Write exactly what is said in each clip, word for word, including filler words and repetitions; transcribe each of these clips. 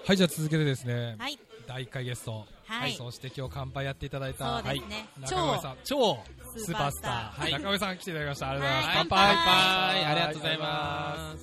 はい、じゃあ続けてですね、 はい、 だいいっかいゲスト、 はい、 そして今日乾杯やっていただいた、 そうですね、 はい、中上さん、超スーパースター、はい、中上さん来ていただきました。ありがとうございます。 はい、 乾杯。 乾杯。ありがとうございます。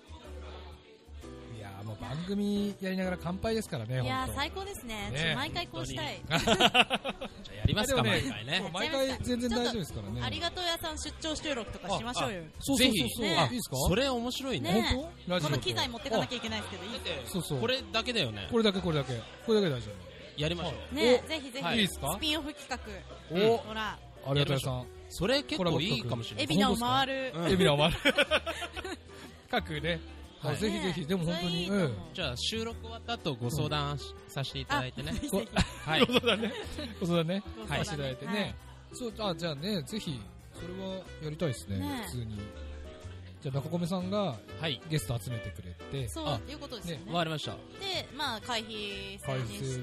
いやーもう番組やりながら乾杯ですからね。 いやー最高ですね。ね、毎回こうしたい。 じゃあやりますか、ね、毎回ね。 毎回全然大丈夫ですからね。 ありがとう屋さん出張収録とかしましょうよ。 そうそうそうそう。 ね、いいですか？それ面白いね。 本当？まだ機材持ってかなきゃいけないですけどいい？ そうそう。 これだけだよね。 これだけこれだけこれだけ大丈夫。 やりましょう。 ね、ぜひぜひ。 いいですか？ スピンオフ企画。 お、 ほら。 ありがとう屋さん。 それ結構いいかもしれない。 エビナを回る。 エビナを回る。各ね。はい、ぜひぜひ、でも本当に、うん、 じゃあ収録終わった後ご相談させていただいてね。 はい、ご相談ね、ご相談ね、させていただいてね。そう、あ、じゃあね、ぜひそれはやりたいですね、普通に。じゃあ中込さんがゲスト集めてくれて、 そういうことですね。 わかりました。 で、まあ会費制にして、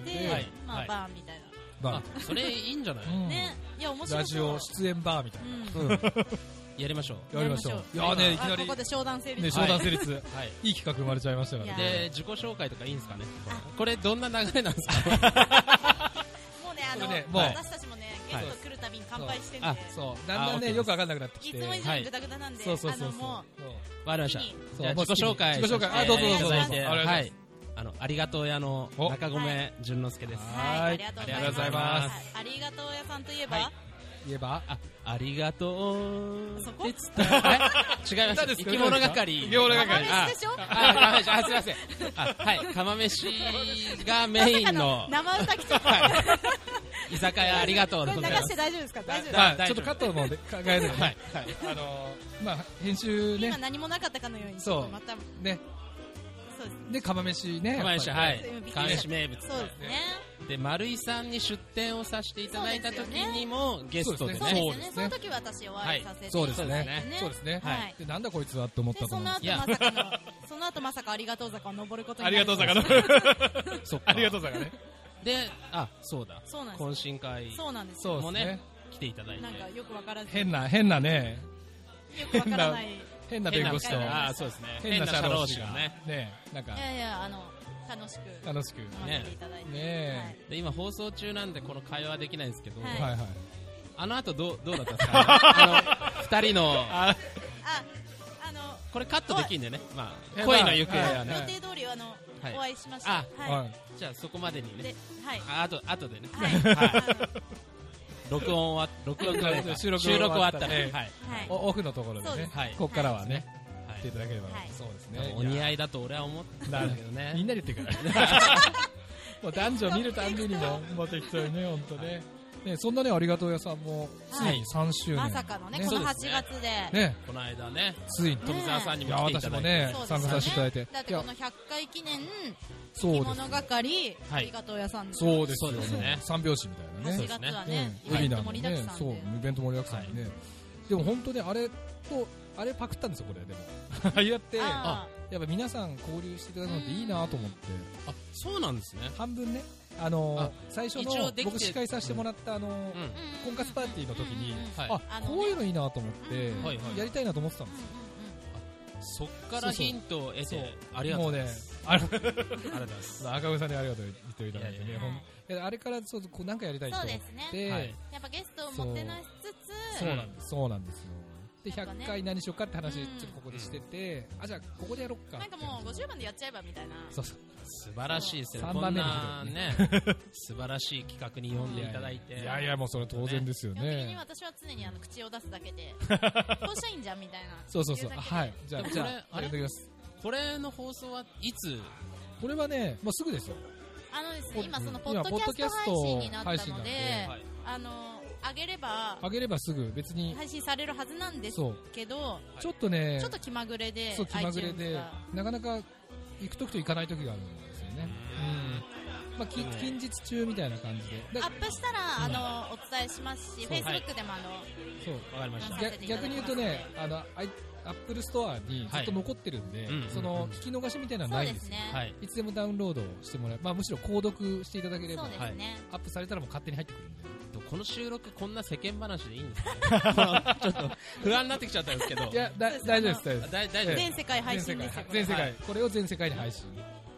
まあバーみたいな。 バー、それいいんじゃない？ ね、いや面白い。 ラジオ出演バーみたいな。 やりましょう。やりましょう。いやね、いきなり。 ここで商談成立。 ね、商談成立。はい。いい企画生まれちゃいましたから。 で、自己紹介とかいいんですかね。これどんな流れなんですか。 もうね、あの、私たちもね、ゲスト来るたびに乾杯してんで。 そう。だんだんね、よくわかんなくなってきて。 いつも以上にグダグダなんで。 そうそうそう。 もう。 わかりました。じゃあ自己紹介。 自己紹介。あ、どうぞどうぞ。 はい。あの、ありがとう屋の中込淳之介です。 はい。ありがとうございます。ありがとう屋さんといえば言えばあ、ありがとうそこ違います生き物係生き物係あ、でしょあ、すいませんあ、はい、釜飯がメインの生歌来ちゃった居酒屋ありがとうこれ流して大丈夫ですか大丈夫ですかちょっとカットので考えるのねあの、まあ、編集ね今何もなかったかのようにそうまたねで、釜飯ね釜飯、はい釜飯名物そうですねで、丸井さんに出店をさせていただいた時にもゲストでねそうですねその時私お会いさせていただいてそうですねそうですねで、なんだこいつはって思ったと思うんですその後まさかのその後まさかありがとう坂を登ることになるありがとう坂のありがとう坂ねで、あ、そうだそうなんです懇親会そうなんですもね来ていただいてなんかよくわからず変な変なねよくわからない変な弁護士とあそうですね変な社労士がねなんかいやいやあの楽しく楽しくねねで今放送中なんでこの会話できないんですけどはいはいあの後どうどうだったんですかあの二人のああのこれカットできんでねまあ恋の行方はね予定通りあのお会いしましたはいじゃあそこまでにねはいあとあとでねはい録音は録音収録終わったねオフのところでねここからはねいただければそうですねお似合いだと俺は思ったんだけどねみんなで言ってるからもう男女見るたんびにももう適当にね本当ねねそんなねありがとう屋さんもついにさんしゅうねんまさかのねこのはちがつでねこの間ねついに富澤さんにも来ていただいてね参加させていただいてだってこのひゃっかい記念そうです物係ありがとう屋さんそうですよね三拍子みたいなねはちがつはねイベント盛りだくさんそうイベント盛りだくさんでねでも本当ねあれとあれパクったんですよこれでもああやってやっぱ皆さん交流していただくのっていいなと思ってあそうなんですね半分ねあの最初の僕司会させてもらったあの婚活パーティーの時にあこういうのいいなと思ってやりたいなと思ってたんですよそっからヒントを得てありがとうございますありがとうございます赤上さんにありがとう言っていただいてねあれからそうなんかやりたいと思ってやっぱゲストをもてなしつつそうなんですそうなんですよでひゃっかい何しようかって話ちょっとここでしててあじゃあここでやろっかなんかもうごじゅうばんでやっちゃえばみたいなそうそう素晴らしいですねこんなね素晴らしい企画に呼んでいただいていやいやもうそれ当然ですよね基本的に私は常にあの口を出すだけでこうしたらいいんじゃんみたいなそうそうそうはいじゃあじゃあありがとうございますこれの放送はいつこれはねもうすぐですよあのですね今そのポッドキャスト配信になったのであの上げれば上げればすぐ別に配信されるはずなんですけどちょっとねちょっと気まぐれでそう気まぐれでなかなか行く時と行かない時があるんですよねうんまあ近日中みたいな感じでアップしたらあのお伝えしますし Facebook でもあのそうわかりました逆に言うとねあのアップルストアにずっと残ってるんで、はい、その聞き逃しみたいなのはないんですよ、 ねはい、いつでもダウンロードしてもらえば、まあ、むしろ購読していただければ、 そうですね、 アップされたらもう勝手に入ってくるんでこの収録こんな世間話でいいんですかねちょっと不安になってきちゃったんですけどいやだ大丈夫です大丈夫です全世界配信ですよ全世界これを全世界に配信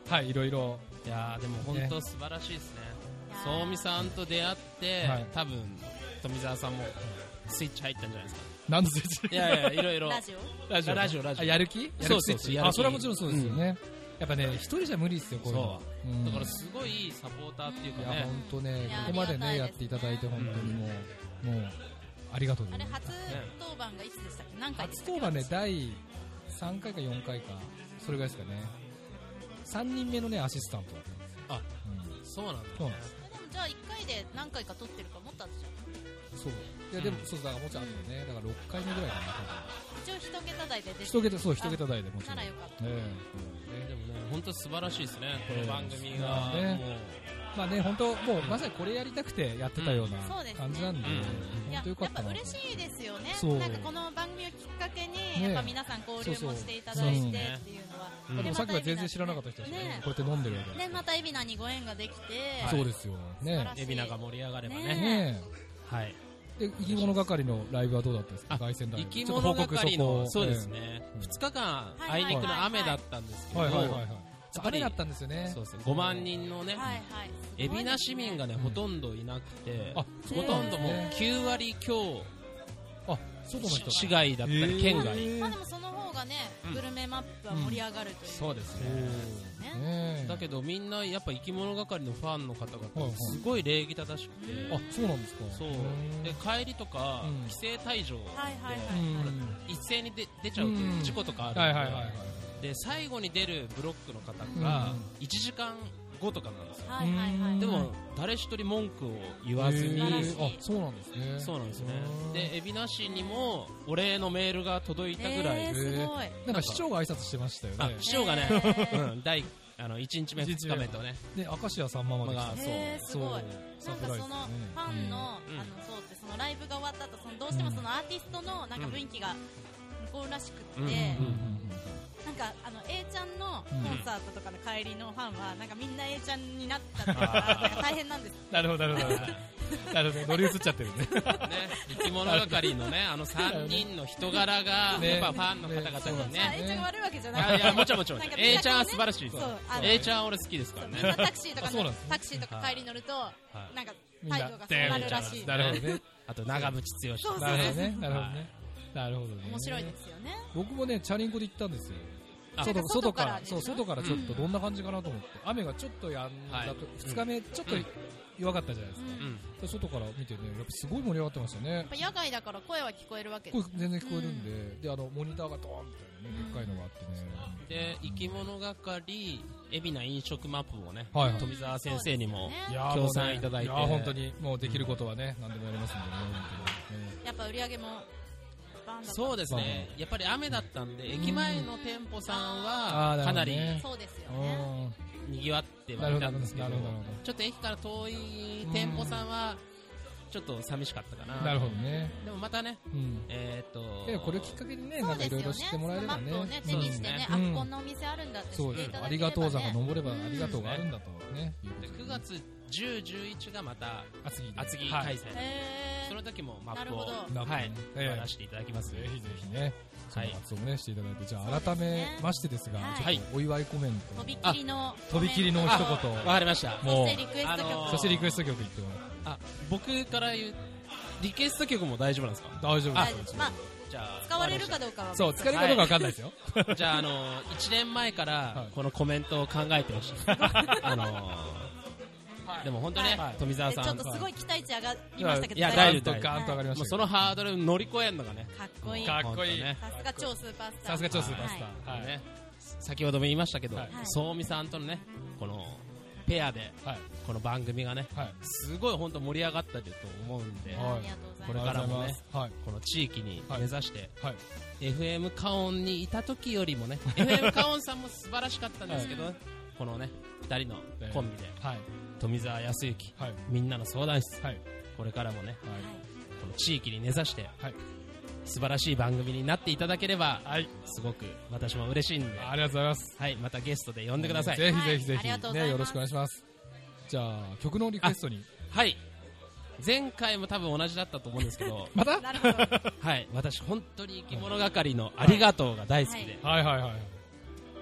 はい、いろいろ。 いやーでも本当素晴らしいですね。そうみさんと出会って、はい、多分富澤さんもスイッチ入ったんじゃないですか。 何のスイッチ？ いやいや、いろいろ。 ラジオラジオラジオラジオ。 やる気？ そうそうそう。 あ、それはもちろんそうですよね。やっぱね、一人じゃ無理ですよ、こういうのは。 だからすごいサポーターっていうかね。 いや、本当ね、ここまでね、やっていただいて、本当にもう、もう、ありがとうございます。 あれ、初登板がいつでしたっけ？何回でしたっけ？ 初登板ね、だいさんかいかよんかいか、それぐらいですかね。さんにんめのね、アシスタントだったんですよ。 あ、そうなんだ。 そうなんです。 じゃあいっかいで何回か撮ってるかもっとあったじゃん。 そう。いや、でも、そう、だからもうちょっとあったね。だからろっかいめぐらいかな、 一応一桁台で出て一桁、そう、一桁台でもちろん。 ならよかった。 ええ。でもね、本当素晴らしいですね、この番組が。 ね。まあね、本当もうまさにこれやりたくてやってたような感じなんで、本当よかったな。 やっぱ嬉しいですよね。なんかこの番組をきっかけに、やっぱ皆さん交流もしていただいてっていうのは。 でもさっきは全然知らなかった人たちがこうやって飲んでるわけで、また海老名にご縁ができて。 そうですよ。ね。 海老名が盛り上がればね。 ね。 はい。 で、生き物係のライブはどうだったんですか？凱旋ライブ。 生き物係の、そうですね。ふつかかん、あいにくの雨だったんですけど。 はいはいはい。雨だったんですよね。 そうですね。ごまんにんのね、海老名市民がね、ほとんどいなくて、ほとんどもうきゅうわり強、 あ、外の人市外だったり、県外。 まあでもその方がね、グルメマップは盛り上がるという。 そうですね。だけどみんなやっぱ生き物係のファンの方々すごい礼儀正しくて。 あ、そうなんですか。 そう。で、帰りとか、規制退場で、一斉に出ちゃうと事故とかあるんで。はいはいはいはい。で最後に出るブロックの方がいちじかんごとかなんですよ、はいはいはい、でも誰一人文句を言わずに、 あ、そうなんですね。 そうなんですね。で海老名市にもお礼のメールが届いたぐらい、 すごい。 なんか市長が挨拶してましたよね。 あ、市長がね、うん、第あのいちにちめふつかめとね、 で明石家さんままで来た。 そう、すごい。なんかそのファンの、あのそうってそのライブが終わった後、そのどうしてもそのアーティストのなんか雰囲気が向こうらしくって。なんかあの A ちゃんのコンサートとかの帰りのファンはなんかみんな A ちゃんになったっていうからなんか大変なんです。 なるほどなるほどなるほど、乗り移っちゃってるね。ね、 生き物係のね、あのさんにんの人柄がやっぱファンの方々にね。 A ちゃんが悪いわけじゃない。 いやもちろんもちろん。A ちゃんは素晴らしいです。A ちゃん俺好きですからね。 タクシーとかタクシーとか帰り乗るとなんか態度がそうなるらしい。 なるほどね。 あと長渕剛。 なるほどね。なるほどね。なるほどね。 面白いですよね。 僕もねチャリンコで行ったんですよ。外, 外からそう外からちょっとどんな感じかなと思って、うん、雨がちょっとやんだと、はい、ふつかめちょっと弱かったじゃないですか、うん、外から見てねやっぱすごい盛り上がってましたね。やっぱ野外だから声は聞こえるわけです。 声全然聞こえるんで、うん、であのモニターがドーンみたいなねでっかいのがあってね、 で生き物係海老名飲食マップをね、はいはい、富澤先生にも協賛いただいて、 いや本当にもうできることはね、うん、何でもやりますんでね、 やっぱ売り上げもそうですね、やっぱり雨だったんで、駅前の店舗さんはかなりにぎわってはいたんですけど、ちょっと駅から遠い店舗さんはちょっと寂しかったかな。 なるほどね。 でもまたね、えっとこれをきっかけにね、なんかいろいろ知ってもらえればね、 マップをね手にしてね、あ、こんなお店あるんだって知っていただければね、 ありがとう座が登ればありがとうがあるんだとね。 くがつじゅう、じゅういちがまた厚木開催、その時もマップをはい出していただきます。 ぜひぜひね、その発音ねしていただいて、じゃあ改めましてですが、ちょっとお祝いコメント、 とびきりのとびきりの一言、 わかりました。 そしてリクエスト曲、 そしてリクエスト曲言ってもらう。あ、僕から言うリクエスト曲も大丈夫なんですか？ 大丈夫です。 まあじゃあ使われるかどうかはそう使われるかどうかわかんないですよ。 じゃああのいちねんまえからこのコメントを考えてほしい。あのでも本当ね、富澤さんちょっとすごい期待値上がりましたけど、 いや大丈夫、 ガーンと上がりました。 そのハードル乗り越えるのがね、 かっこいい、 かっこいい、 さすが超スーパースター、 さすが超スーパースター、 ね、先ほども言いましたけど、そうみさんとのねこのペアでこの番組がねすごい本当盛り上がったと思うんで、これからもねこの地域に目指して エフエム カオンにいた時よりもね、エフエム カオンさんも素晴らしかったんですけど、このねふたりのコンビで富澤康之、みんなの相談室、これからもねこの地域に根ざして素晴らしい番組になっていただければすごく私も嬉しいんで、 ありがとうございます。 はい、またゲストで呼んでください。 ぜひぜひぜひね、よろしくお願いします。じゃあ曲のリクエストに、 はい、前回も多分同じだったと思うんですけどまたはい、私本当に生き物係のありがとうが大好きで、 はいはいはい、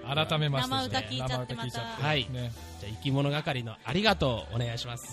改めまして、 生歌聞いちゃってまた。 はい。ね、じゃあ生き物係のありがとうお願いします。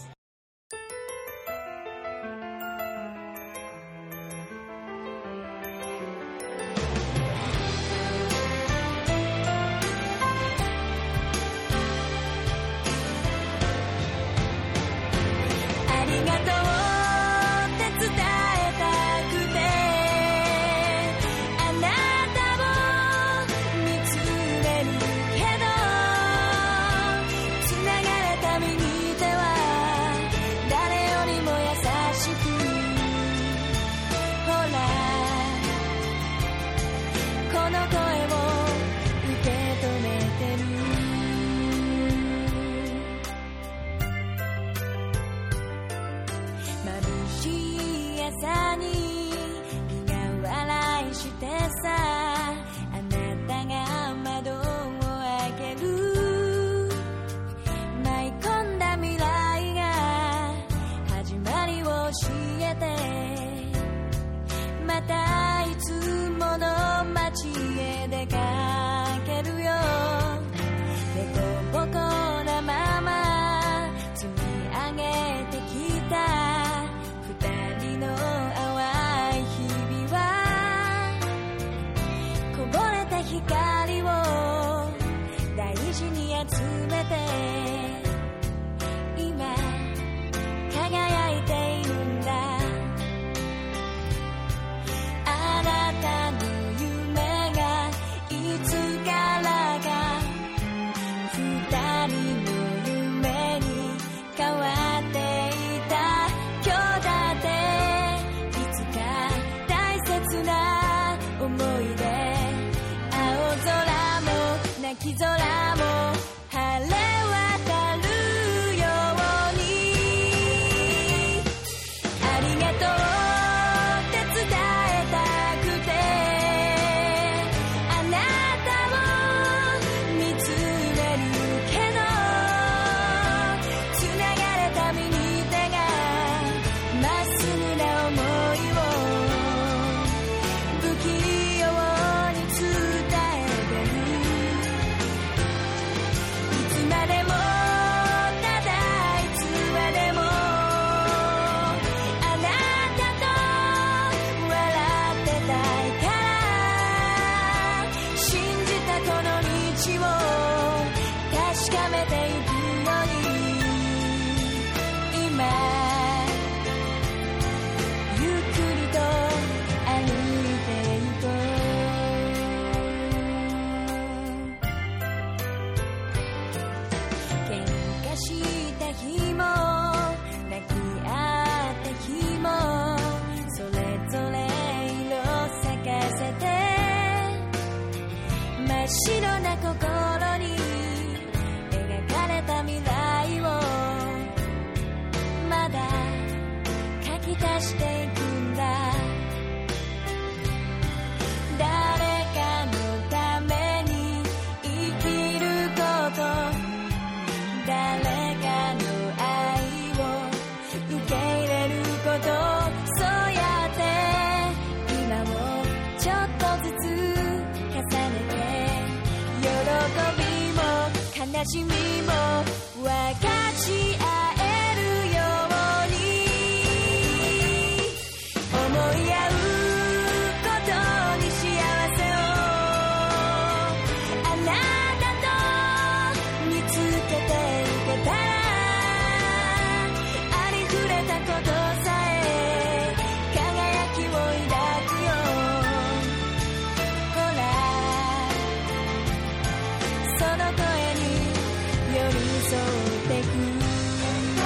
しみも分かち合えるように思い合うことに幸せをあなたと見つけていけたらありふれたことさえ輝きを抱くよほらその声に寄り添ってく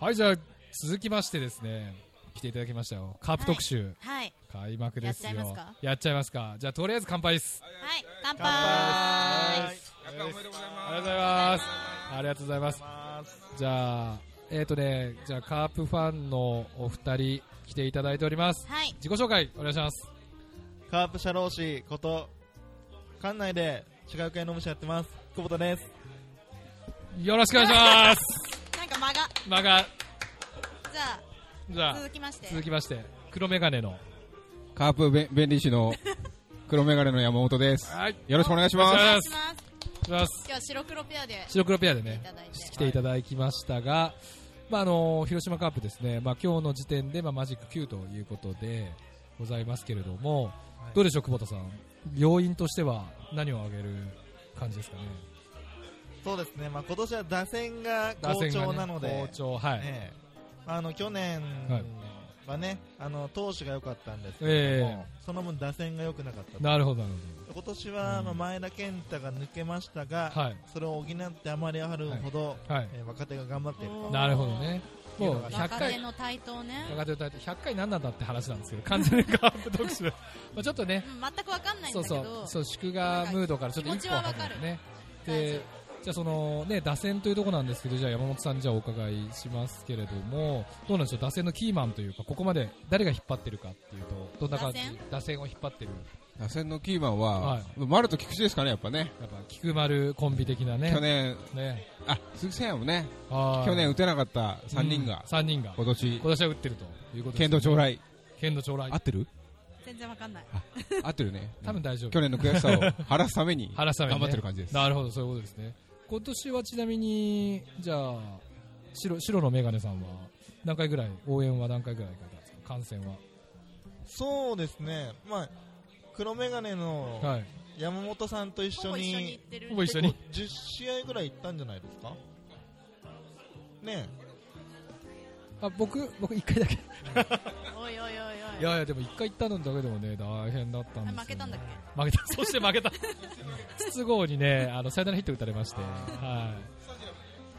はい、じゃあ続きましてですね、来ていただきましたよ。カープ特集、 はい、 開幕ですよ。 やっちゃいますか。 やっちゃいますか。じゃあとりあえず乾杯です。 はい、乾杯。 乾杯。おめでとうございます。 ありがとうございます。ありがとうございます。じゃあえっ、ー、とね、じゃあカープファンのお二人来ていただいております。 はい。 自己紹介お願いします。 カープ社労士こと館内で違う会の務者やってます久保田です。 よろしくお願いします。 なんか間が間がじゃあじゃあ続きまして続きまして黒メガネのカープ弁理士の黒メガネの山本です。 はい、 よろしくお願いします。 お願いします。 今日は白黒ペアで白黒ペアでね来ていただきましたが、はい、まああの広島カープですね、まあ今日の時点でまあマジックきゅうということでございますけれども、はい、どうでしょう久保田さん、要因としては何を挙げる感じですかね。 そうですね、まあ今年は打線が好調なので、 ね、好調、はい、 ね、あの去年はね、はい、あの投手が良かったんですけども、えー、その分打線が良くなかった。 なるほどなるほど。 今年はまあ前田健太が抜けましたが、はい、それを補ってあまりあるほど、はいはい、えー、若手が頑張っていると。 なるほどね。もうひゃっかいの台頭ね。 若手の台頭ひゃっかい何なんだって話なんですけど、完全にカープ特集まあちょっとね、 うん、全く分かんないんだけど、 そうそうそう、祝賀ムードからちょっと一歩離れてね。でじゃあそのね打線というところなんですけど、じゃあ山本さんにじゃあお伺いしますけれども、どうなんでしょう、打線のキーマンというかここまで誰が引っ張ってるかっていうとどんな感じ。打線を引っ張ってる打線のキーマンは、はい、丸と菊池ですかね。やっぱね、 やっぱ菊丸コンビ的なね。 去年ね、あ鈴木誠也もね、去年打てなかったさんにんが、 うん、さんにんが今年今年は打ってるということです、ね。 剣道将来剣道将来合ってる？ 全然わかんない。 あ合ってるね。 多分大丈夫。 去年の悔しさを晴らすために晴らすために、ね、 頑張ってる感じです。 なるほど、そういうことですね。今年はちなみにじゃあ 白, 白のメガネさんは何回ぐらい応援は何回ぐらいかですか、観戦は。 そうですね、まあ黒メガネの山本さんと一緒にほぼ一緒にじゅっしあいぐらい行ったんじゃないですかね。 あ僕僕いっかいだけおいおいおいおい。 いやいやでもいっかい行ったのだけでもね大変だったんですよ、ね、 負けたんだっけ。負けた。そして負けた筒香にねあのサヨナラヒット打たれまして、はい、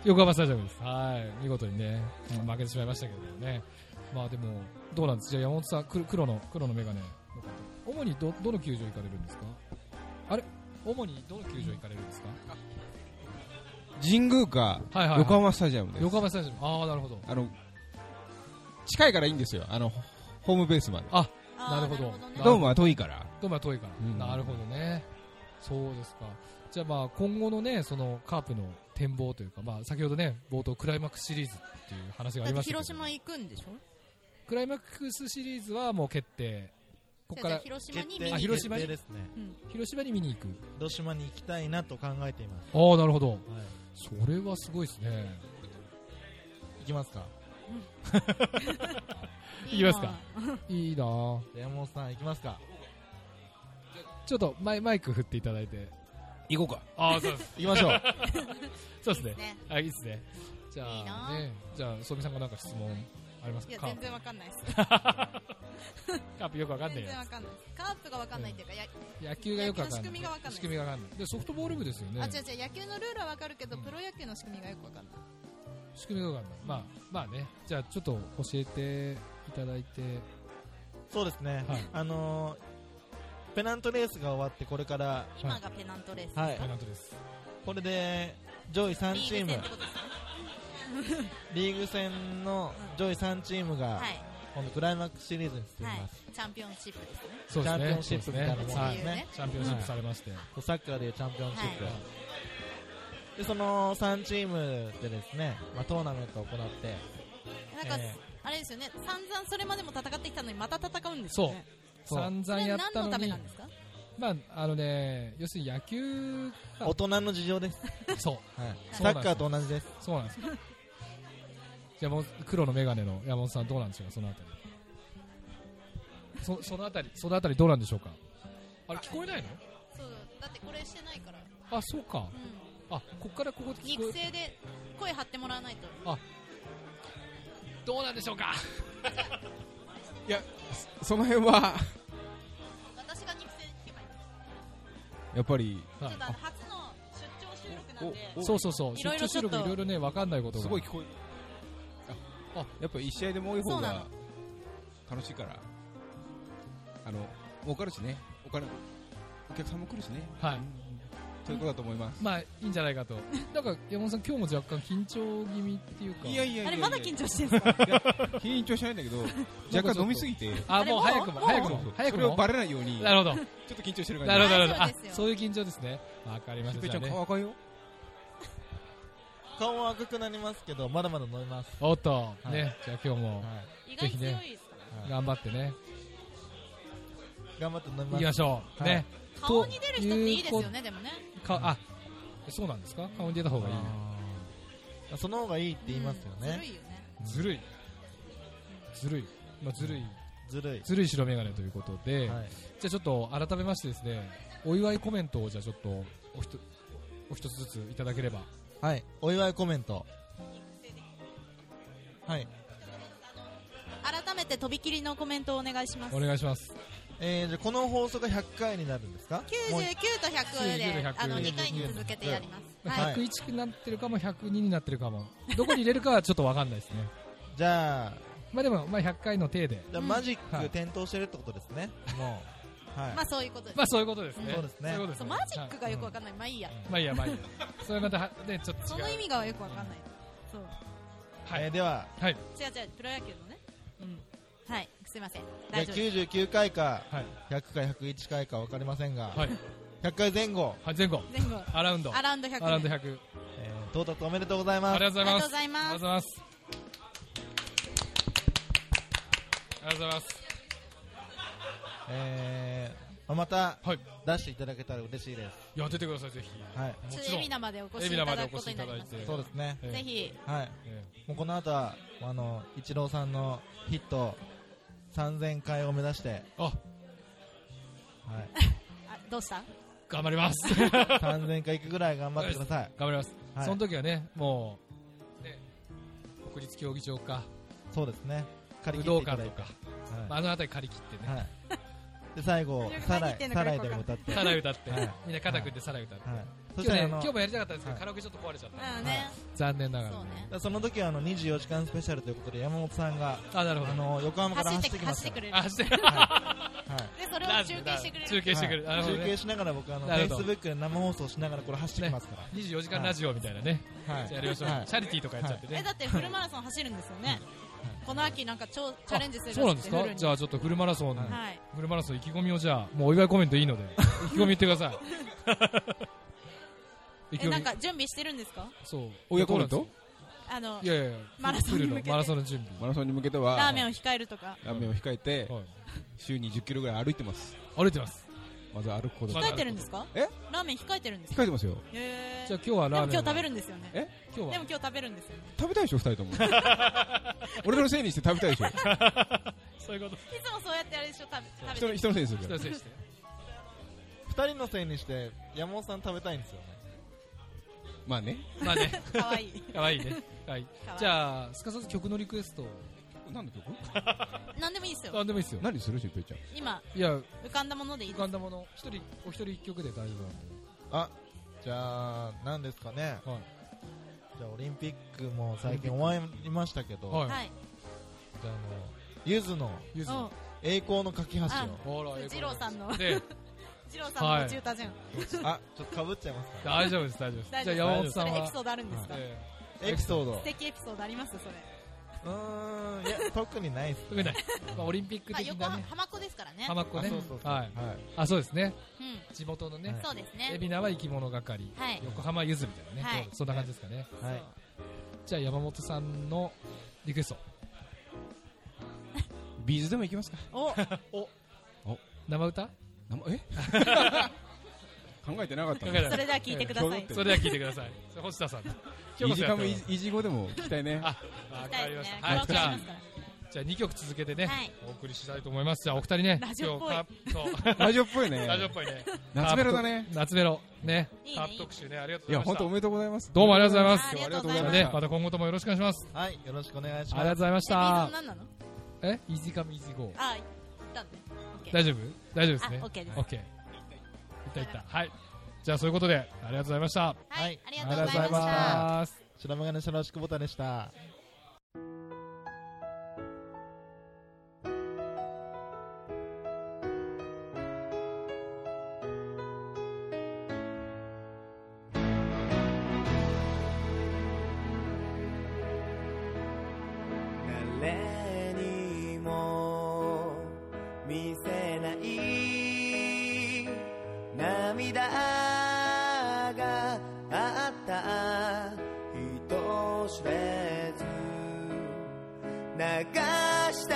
横浜スタジアムです。はい、見事にね負けてしまいましたけどね。まあでもどうなんです。じゃあ山本さん黒の黒のメガネ主に ど, どの球場行かれるんですか。あれ主にどの球場行かれるんですか。 神宮か、はいはいはい、横浜スタジアムです。 横浜スタジアム。ああなるほど。 あの近いからいいんですよ、あのホームベースまで。 あなるほど、ね、 ドームは遠いからドームは遠いから、うん、なるほどね。そうですか。じゃあまあ今後のねそのカープの展望というか、まあ先ほどね冒頭クライマックスシリーズっていう話がありましたけど、 広島行くんでしょ。 クライマックスシリーズはもう決定。ここから広島に見に行く。広島にですね、 うん、広島に見に行く。 広島に行きたいなと考えています。 ああなるほど、はい、それはすごいですね。 行きますか。 行きますか。いいな。 山本さん行きますか。 ちょっとマイマイク振っていただいて行こうか。 ああそうです。 行きましょう。 そうですね。あいいですね。じゃあね、じゃあソミさんがなんか質問ありますか。 いや全然わかんないです。 カープよくわかんない。 全然わかんない。カープがわかんないっていうか、 うん、野球がよくわかんない。 仕組みがわかんない。 仕組みがわかんない。でソフトボール部ですよね。 あ違う違う、野球のルールはわかるけど、うん、プロ野球の仕組みがよくわかんない。 仕組みがわかんない。まあまあね。じゃあちょっと教えていただいて。 そうですね。はい、あのー、ペナントレースが終わってこれから今がペナントレース。 はい。 ペナントレース。 これで上位さんチーム。リーグ戦の上位さんチームが、はい、今度クライマックスシリーズに進みます、 はい、チャンピオンシップですね。 そうですね、チャンピオンシップみたいなもんですね、はい、 チャンピオンシップされまして、はい、 サッカーでいうチャンピオンシップ、はい、でそのさんチームでですね、まあ、トーナメントを行って、 なんか、えー、あれですよね、散々それまでも戦ってきたのにまた戦うんですよね。 そう散々やったのに。何のためなんですか。まああのね、要するに野球大人の事情ですそう、 はい、サッカーと同じです。 そうなんですよ。じゃあもう黒のメガネの山本さんどうなんでしょうか、そのあたり。そ, そのあたりそのあたりどうなんでしょうか。あれ聞こえないの。 そうだってこれしてないから。 あそうか、うん、あこっからここで聞こえ肉声で声張ってもらわないと。 あどうなんでしょうかいやその辺は私が肉声で聞けばいい。 やっぱり、 はい、ちょっと初の出張収録なんで。 そうそうそう、出張収録いろいろね分かんないことがすごい聞こえあ、やっぱ一試合でも多い方が楽しいから、あの儲かるしね、お金お客さんも来るしね。 はい。 そういうことだと思います。 まあいいんじゃないかと。なんか山本さん今日も若干緊張気味っていうか。 いやいやいや。 あれまだ緊張してるんですか？ 緊張しないんだけど、若干飲みすぎて。 あ、もう早くも早くも早くも。 それをバレないように。 なるほど。 ちょっと緊張してる感じ。なるほどなるほど。あ、そういう緊張ですね。わかりました。 しっぺちゃん顔赤いよ。 顔は赤くなりますけど、まだまだ飲みます。 おっと、ね、じゃあ今日もぜひね、頑張ってね。 頑張って飲みます。 行きましょう。ね。 顔に出る人っていいですよね、でもね。 あ、そうなんですか？顔に出た方がいいね。 その方がいいって言いますよね。 ずるいよね。ずるい。ずるい。まあずるい。 ずるい。 ずるい白メガネということで、じゃあちょっと改めましてですね、お祝いコメントをじゃあちょっとおひとお一つずついただければ。 はい。お祝いコメント。はい。 改めてとびきりのコメントをお願いします。 お願いします。 えー、じゃあこの放送がひゃっかいになるんですか？ きゅうじゅうきゅうとひゃくであのにかいに続けてやります。 ひゃくいちになってるかもひゃくにになってるかも、どこに入れるかはちょっとわかんないですね。 じゃあまあでもまあひゃっかいの体で。 じゃあマジック点灯してるってことですね。もう。はい。まあそういうことです。 まあそういうことですね。 そうですね。 そうマジックがよくわかんない。まあいいや。 まあいいやまあいいや。それまたねちょっとその意味がよくわかんない。そう。 はい。では。 はい。 違う違うプロ野球のね。うん。はい、すいません。 じゃあきゅうじゅうきゅうかいか、はい、ひゃくかひゃくいちかいか分かりませんが、はい、ひゃっかいぜん後、 はい、前後、 前後、 アラウンド、 アラウンドひゃく、 アラウンドひゃく、 えー、到達おめでとうございます。 ありがとうございます。 ありがとうございます。 ありがとうございます。ありがとうございます。 えー、また、はい、出していただけたら嬉しいです。 いや出てくださいぜひ。 はい。 ちょっと海老名までお越しいただくことになります。 そうですね。 ぜひ。 はい。もうこの後はあのイチローさんのヒットさんぜんかいを目指して、 あ、はい、 あどうした？ 頑張ります。 さんぜんかい行くぐらい頑張ってください。 頑張ります。はい、その時はね、もうね、国立競技場か、 そうですね、 借り切っていただいて、武道館とか、はい、あの辺り借り切ってね。はい、 で最後サライサライでも歌って、 サライ歌って、はい、みんな肩組んでサライ歌って。はいはい、今日ね、今日もやりたかったんですけど、はい、カラオケちょっと壊れちゃった、はい、残念ながら。そ, ね、 その時はあのにじゅうよじかんスペシャルということで山本さんがあなるほどあの横浜から走ってきますから、 走ってくれる、はいはい、でそれを中継してくれる、 中継してくれる、 はい、中継しながら僕あのフェイスブックで生放送しながらこれ走ってきますから、ね、 にじゅうよじかんラジオみたいなね、はい、やりましょう、はい、チャリティーとかやっちゃってね、 はい、えだってフルマラソン走るんですよね、この秋なんか超チャレンジする。 そうなんですか。じゃあちょっとフルマラソン、はい、フルマラソン意気込みをじゃあもうお祝いコメントいいので意気込み言ってください。 えなんか準備してるんですか。 そう。 お祝いコメント？ あのいやいやいやマラソンに向けてマラソンの準備。 マラソンに向けてはラーメンを控えるとか。 ラーメンを控えて、はい、週にじゅっキロぐらい歩いてます。 歩いてます。 まず歩くこと控えてるんですか。 えラーメン控えてるんですか。 控えてますよ。 へー。 じゃあ今日はラーメン。 でも今日食べるんですよね。 え今日は。 でも今日食べるんですよね。 食べたいでしょ二人とも。俺のせいにして食べたいでしょ。 そういうこと。 いつもそうやってあれでしょ食べ食べ人の人のせいにする。 人のせいにして。 二人のせいにして山本さん食べたいんですよね。 まあね。 まあね。 可愛い。 可愛いね。はい。じゃあすかさず曲のリクエスト。 何の曲？ 何でもいいですよ。 何でもいいですよ。 何するしっぺいちゃん。 今いや浮かんだものでいいです。 浮かんだもの一人お一人一曲で大丈夫なんで。 あ、じゃあ何ですかね。はい。じゃあオリンピックも最近終わりましたけど。 はい。 じゃああのゆずのゆずの栄光の架け橋を。 ほら二郎さんの。で。二郎さんの持ち歌じゃん。 あ、ちょっと被っちゃいますか。 大丈夫です大丈夫です。じゃあ山本さんはエピソードあるんですか。 エピソード。 素敵エピソードありますそれ。 うーん、いや特にないです。 特にない。まあオリンピック的なね。 浜子ですからね。 浜子ね。 そうそうそう。 はい。あ、そうですね。地元のね。 そうですね。 海老名は生き物係。横浜ゆずみたいなね。そんな感じですかね。はい。じゃあ山本さんのリクエスト。 ビーズでもいきますか。 おおお生歌？ 生え？考えてなかった。 それでは聞いてください。 それでは聞いてください。星田さん。 イージカムイージー語でも聞きたいね。 あ、わかりました。はい、じゃあじゃあにきょく続けてねお送りしたいと思います。じゃあお二人ね。 ラジオっぽい。 ラジオっぽいね。 ラジオっぽいね。 夏メロだね。 夏メロね。カップ特集ねありがとうございました。 いや本当おめでとうございます。 どうもありがとうございます。 ありがとうございます。ねまた今後ともよろしくお願いします。 はい、よろしくお願いします。 ありがとうございました。 何なの？ え、イージーカムイージーゴー。 あ、言ったんで。 大丈夫？大丈夫ですね。 オッケーです。 オッケー。いったいった。はい。じゃあそういうことでありがとうございました。 はい、ありがとうございました。 白メガネシャラシクボタでした。 誰にも見せない涙があった人知れず流した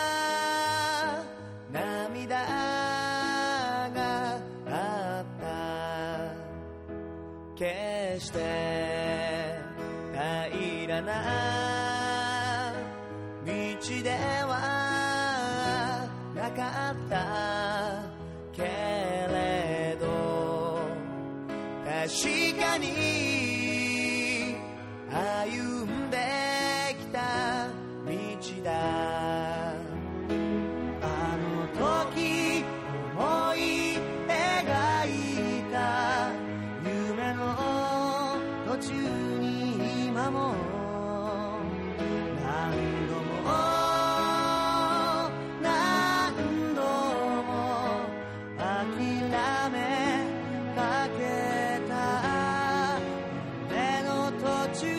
涙があった決して平らな道ではなかったけれど確かに歩んできた道だあの時思い描いた夢の途中に今も何度も何度も諦めかけた夢の途中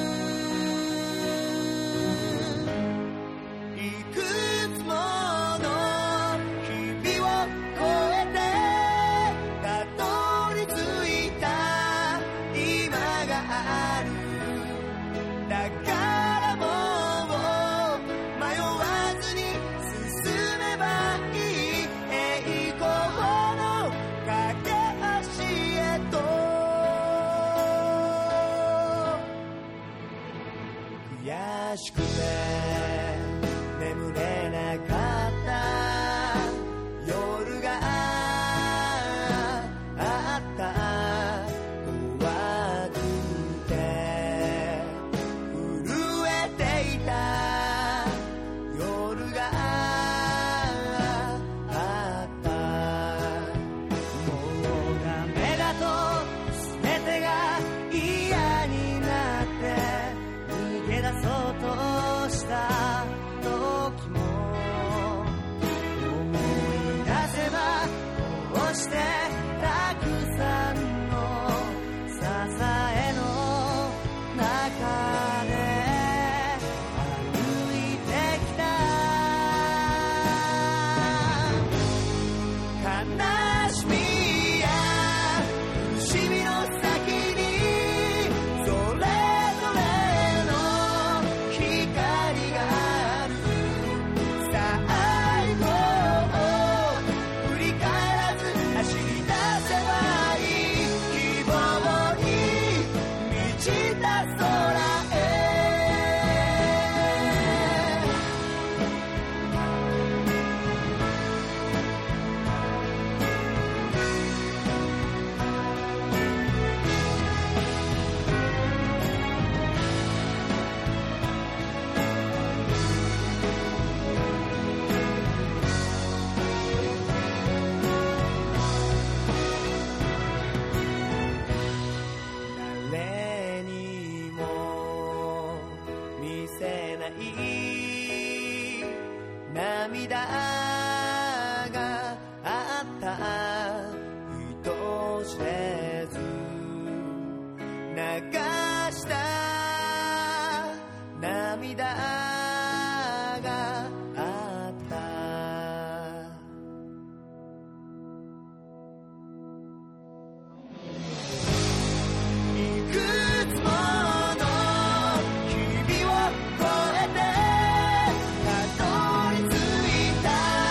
いくつもの日々を越えてたどり着いた今があるだからもう迷わずに進めばいい栄光の架け橋へと悔しくて眠れなかった夜があった怖くて震えていた夜があったもうダメだと全てが嫌になって逃げ出そうとした時も思い出せばこうしてたくさんの支えの中で歩いてきた悲しみや苦しみの先にそれぞれの光がある最後を振り返らず走り出せばいい希望に満ちた空へ誰にも見せない涙があった人知れず流した涙があったいくつもの日々を越えてたどり着いた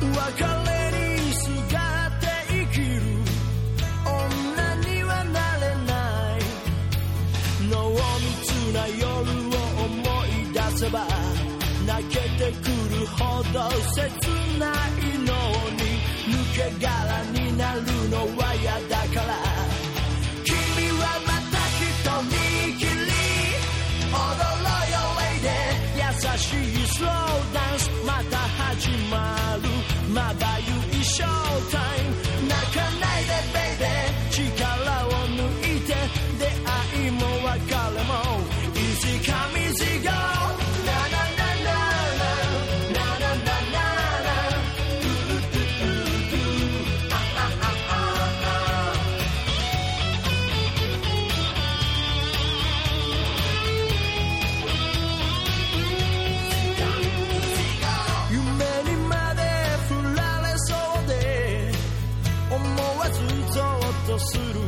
別れにすがって生きる女にはなれない濃密な夜を思い出せば泣けてくるほど切ないのに抜け殻になるのは嫌だから君はまた一人きり踊ろうよレイデー優しいスローダンスまた始まるまばゆいショータイム泣かないでベイベー力を抜いて出会いも別れも Easy come easy goするそん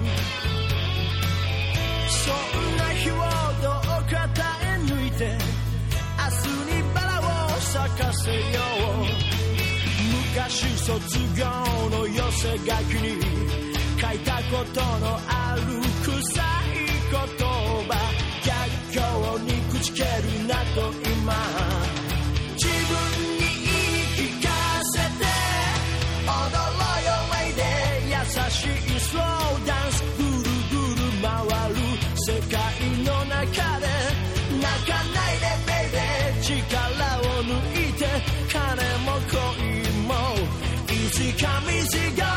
な日をどうか耐え抜いて明日にバラを咲かせよう昔卒業の寄せ書きに書いたことのある臭い言葉逆境にくじけるなと今自分に言い聞かせて踊ろうよレイデー優しいスローダンスぐるぐる回る世界の中で泣かないでベイベー力を抜いて金も恋も Easy come easy go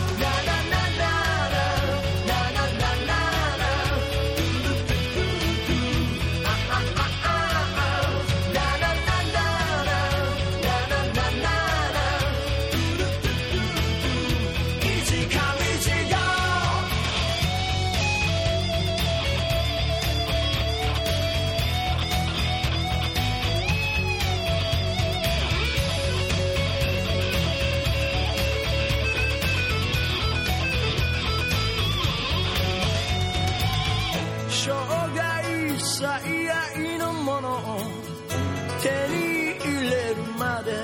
手に入れるまで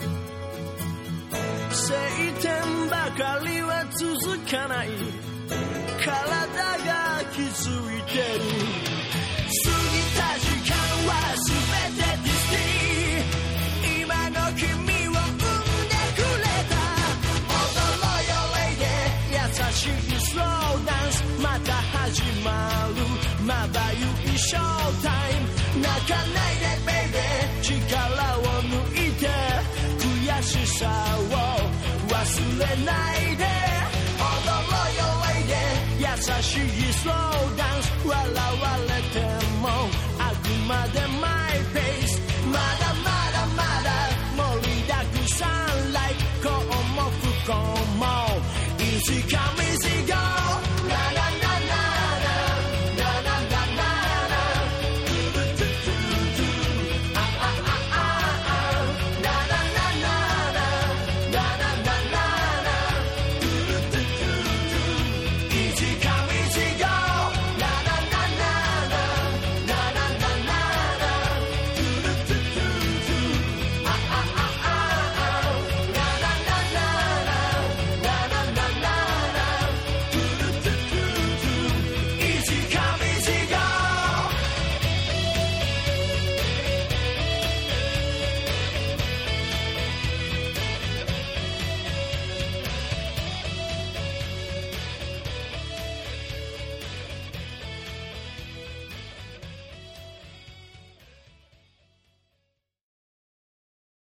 晴天ばかりは続かない体が気づいてる過ぎた時間は全てディスティ今の君を生んでくれた踊ろうよレイデー優しいスローダンスまた始まるまばゆいショータイム泣かないでベイベー力を抜いて悔しさを忘れないで踊ろうよレイデー優しいスローダンス笑われてもあくまで